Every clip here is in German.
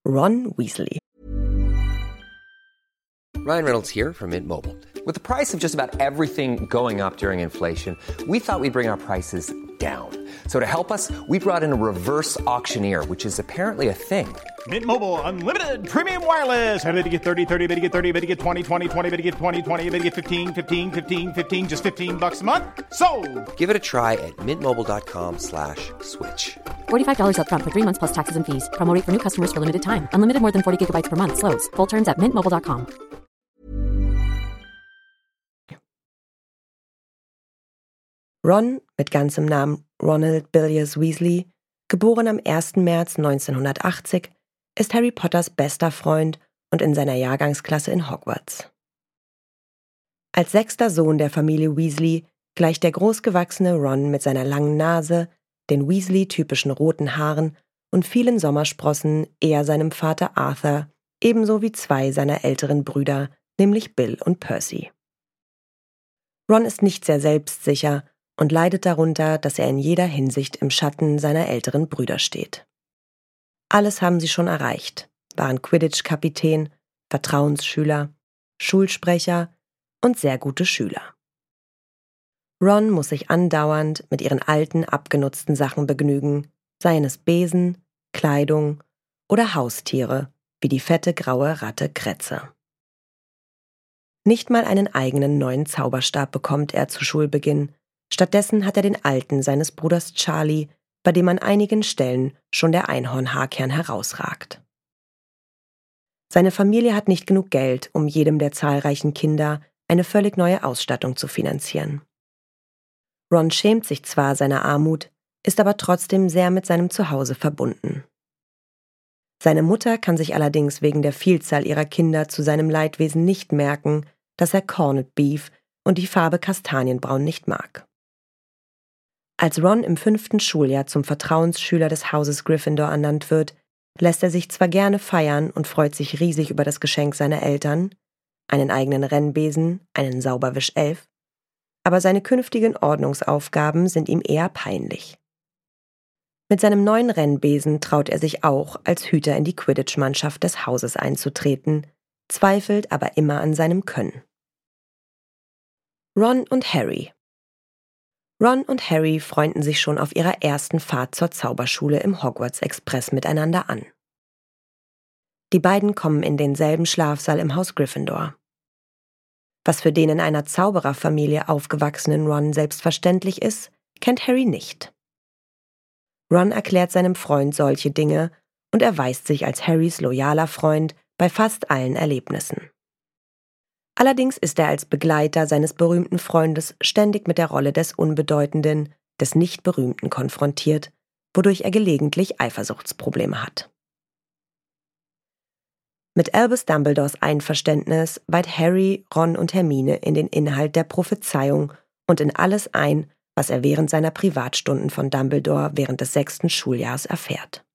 Ron Weasley. Ryan Reynolds here from Mint Mobile. With the price of just about everything going up during inflation, we thought we'd bring our prices down. So to help us, we brought in a reverse auctioneer, which is apparently a thing. Mint Mobile Unlimited Premium Wireless. How to get 30, 30, how to get 30, how to get 20, 20, 20, how to get 20, 20, how to get 15, 15, 15, 15, just $15 a month? Sold! Give it a try at mintmobile.com/switch. $45 up front for 3 months plus taxes and fees. Promo rate for new customers for limited time. Unlimited more than 40 gigabytes per month. Slows full terms at mintmobile.com. Ron, mit ganzem Namen Ronald Bilious Weasley, geboren am 1. März 1980, ist Harry Potters bester Freund und in seiner Jahrgangsklasse in Hogwarts. Als 6. Sohn der Familie Weasley gleicht der großgewachsene Ron mit seiner langen Nase, den Weasley-typischen roten Haaren und vielen Sommersprossen eher seinem Vater Arthur, ebenso wie 2 seiner älteren Brüder, nämlich Bill und Percy. Ron ist nicht sehr selbstsicher und leidet darunter, dass er in jeder Hinsicht im Schatten seiner älteren Brüder steht. Alles haben sie schon erreicht, waren Quidditch-Kapitän, Vertrauensschüler, Schulsprecher und sehr gute Schüler. Ron muss sich andauernd mit ihren alten, abgenutzten Sachen begnügen, seien es Besen, Kleidung oder Haustiere, wie die fette graue Ratte Kretze. Nicht mal einen eigenen neuen Zauberstab bekommt er zu Schulbeginn. Stattdessen hat er den alten seines Bruders Charlie, bei dem an einigen Stellen schon der Einhornhaarkern herausragt. Seine Familie hat nicht genug Geld, um jedem der zahlreichen Kinder eine völlig neue Ausstattung zu finanzieren. Ron schämt sich zwar seiner Armut, ist aber trotzdem sehr mit seinem Zuhause verbunden. Seine Mutter kann sich allerdings wegen der Vielzahl ihrer Kinder zu seinem Leidwesen nicht merken, dass er Corned Beef und die Farbe Kastanienbraun nicht mag. Als Ron im 5. Schuljahr zum Vertrauensschüler des Hauses Gryffindor ernannt wird, lässt er sich zwar gerne feiern und freut sich riesig über das Geschenk seiner Eltern, einen eigenen Rennbesen, einen Sauberwischelf, aber seine künftigen Ordnungsaufgaben sind ihm eher peinlich. Mit seinem neuen Rennbesen traut er sich auch, als Hüter in die Quidditch-Mannschaft des Hauses einzutreten, zweifelt aber immer an seinem Können. Ron und Harry. Ron und Harry freunden sich schon auf ihrer ersten Fahrt zur Zauberschule im Hogwarts Express miteinander an. Die beiden kommen in denselben Schlafsaal im Haus Gryffindor. Was für den in einer Zaubererfamilie aufgewachsenen Ron selbstverständlich ist, kennt Harry nicht. Ron erklärt seinem Freund solche Dinge und erweist sich als Harrys loyaler Freund bei fast allen Erlebnissen. Allerdings ist er als Begleiter seines berühmten Freundes ständig mit der Rolle des Unbedeutenden, des Nicht-Berühmten konfrontiert, wodurch er gelegentlich Eifersuchtsprobleme hat. Mit Albus Dumbledores Einverständnis weiht Harry, Ron und Hermine in den Inhalt der Prophezeiung und in alles ein, was er während seiner Privatstunden von Dumbledore während des 6. Schuljahres erfährt.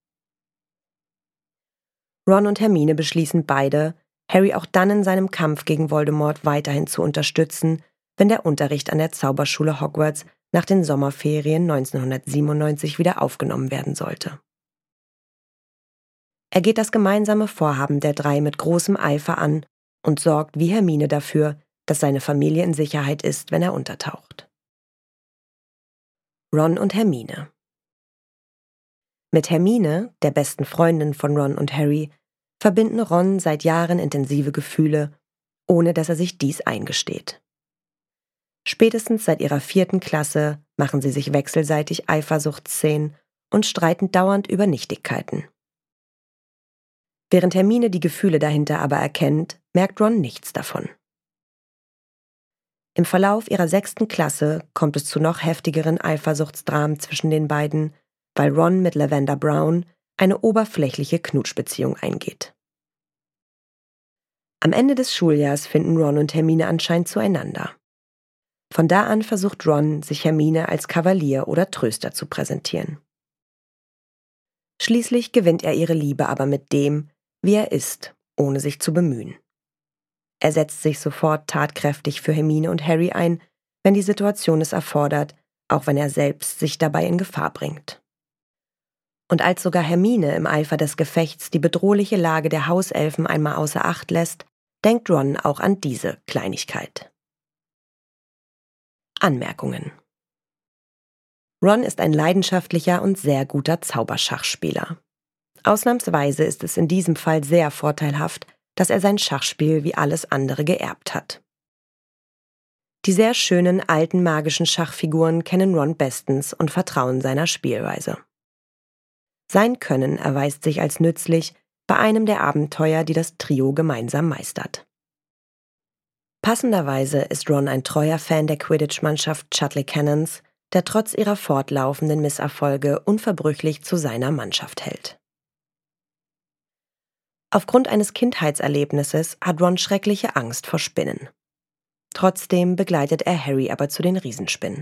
Ron und Hermine beschließen beide, Harry auch dann in seinem Kampf gegen Voldemort weiterhin zu unterstützen, wenn der Unterricht an der Zauberschule Hogwarts nach den Sommerferien 1997 wieder aufgenommen werden sollte. Er geht das gemeinsame Vorhaben der 3 mit großem Eifer an und sorgt wie Hermine dafür, dass seine Familie in Sicherheit ist, wenn er untertaucht. Ron und Hermine. Mit Hermine, der besten Freundin von Ron und Harry, verbinden Ron seit Jahren intensive Gefühle, ohne dass er sich dies eingesteht. Spätestens seit ihrer 4. Klasse machen sie sich wechselseitig Eifersuchtsszenen und streiten dauernd über Nichtigkeiten. Während Hermine die Gefühle dahinter aber erkennt, merkt Ron nichts davon. Im Verlauf ihrer 6. Klasse kommt es zu noch heftigeren Eifersuchtsdramen zwischen den beiden, weil Ron mit Lavender Brown eine oberflächliche Knutschbeziehung eingeht. Am Ende des Schuljahrs finden Ron und Hermine anscheinend zueinander. Von da an versucht Ron, sich Hermine als Kavalier oder Tröster zu präsentieren. Schließlich gewinnt er ihre Liebe aber mit dem, wie er ist, ohne sich zu bemühen. Er setzt sich sofort tatkräftig für Hermine und Harry ein, wenn die Situation es erfordert, auch wenn er selbst sich dabei in Gefahr bringt. Und als sogar Hermine im Eifer des Gefechts die bedrohliche Lage der Hauselfen einmal außer Acht lässt, denkt Ron auch an diese Kleinigkeit. Anmerkungen: Ron ist ein leidenschaftlicher und sehr guter Zauberschachspieler. Ausnahmsweise ist es in diesem Fall sehr vorteilhaft, dass er sein Schachspiel wie alles andere geerbt hat. Die sehr schönen alten magischen Schachfiguren kennen Ron bestens und vertrauen seiner Spielweise. Sein Können erweist sich als nützlich bei einem der Abenteuer, die das Trio gemeinsam meistert. Passenderweise ist Ron ein treuer Fan der Quidditch-Mannschaft Chudley Cannons, der trotz ihrer fortlaufenden Misserfolge unverbrüchlich zu seiner Mannschaft hält. Aufgrund eines Kindheitserlebnisses hat Ron schreckliche Angst vor Spinnen. Trotzdem begleitet er Harry aber zu den Riesenspinnen.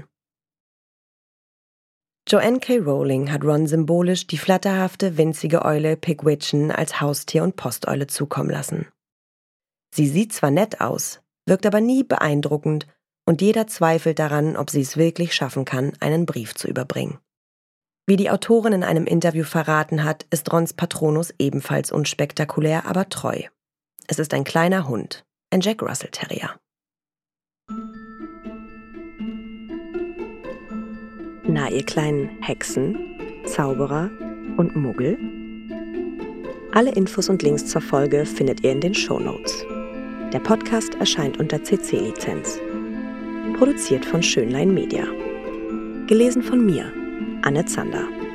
Joanne K. Rowling hat Ron symbolisch die flatterhafte, winzige Eule Pigwidgeon als Haustier und Posteule zukommen lassen. Sie sieht zwar nett aus, wirkt aber nie beeindruckend und jeder zweifelt daran, ob sie es wirklich schaffen kann, einen Brief zu überbringen. Wie die Autorin in einem Interview verraten hat, ist Rons Patronus ebenfalls unspektakulär, aber treu. Es ist ein kleiner Hund, ein Jack Russell Terrier. Na, ihr kleinen Hexen, Zauberer und Muggel? Alle Infos und Links zur Folge findet ihr in den Shownotes. Der Podcast erscheint unter CC-Lizenz. Produziert von Schönlein Media. Gelesen von mir, Anne Zander.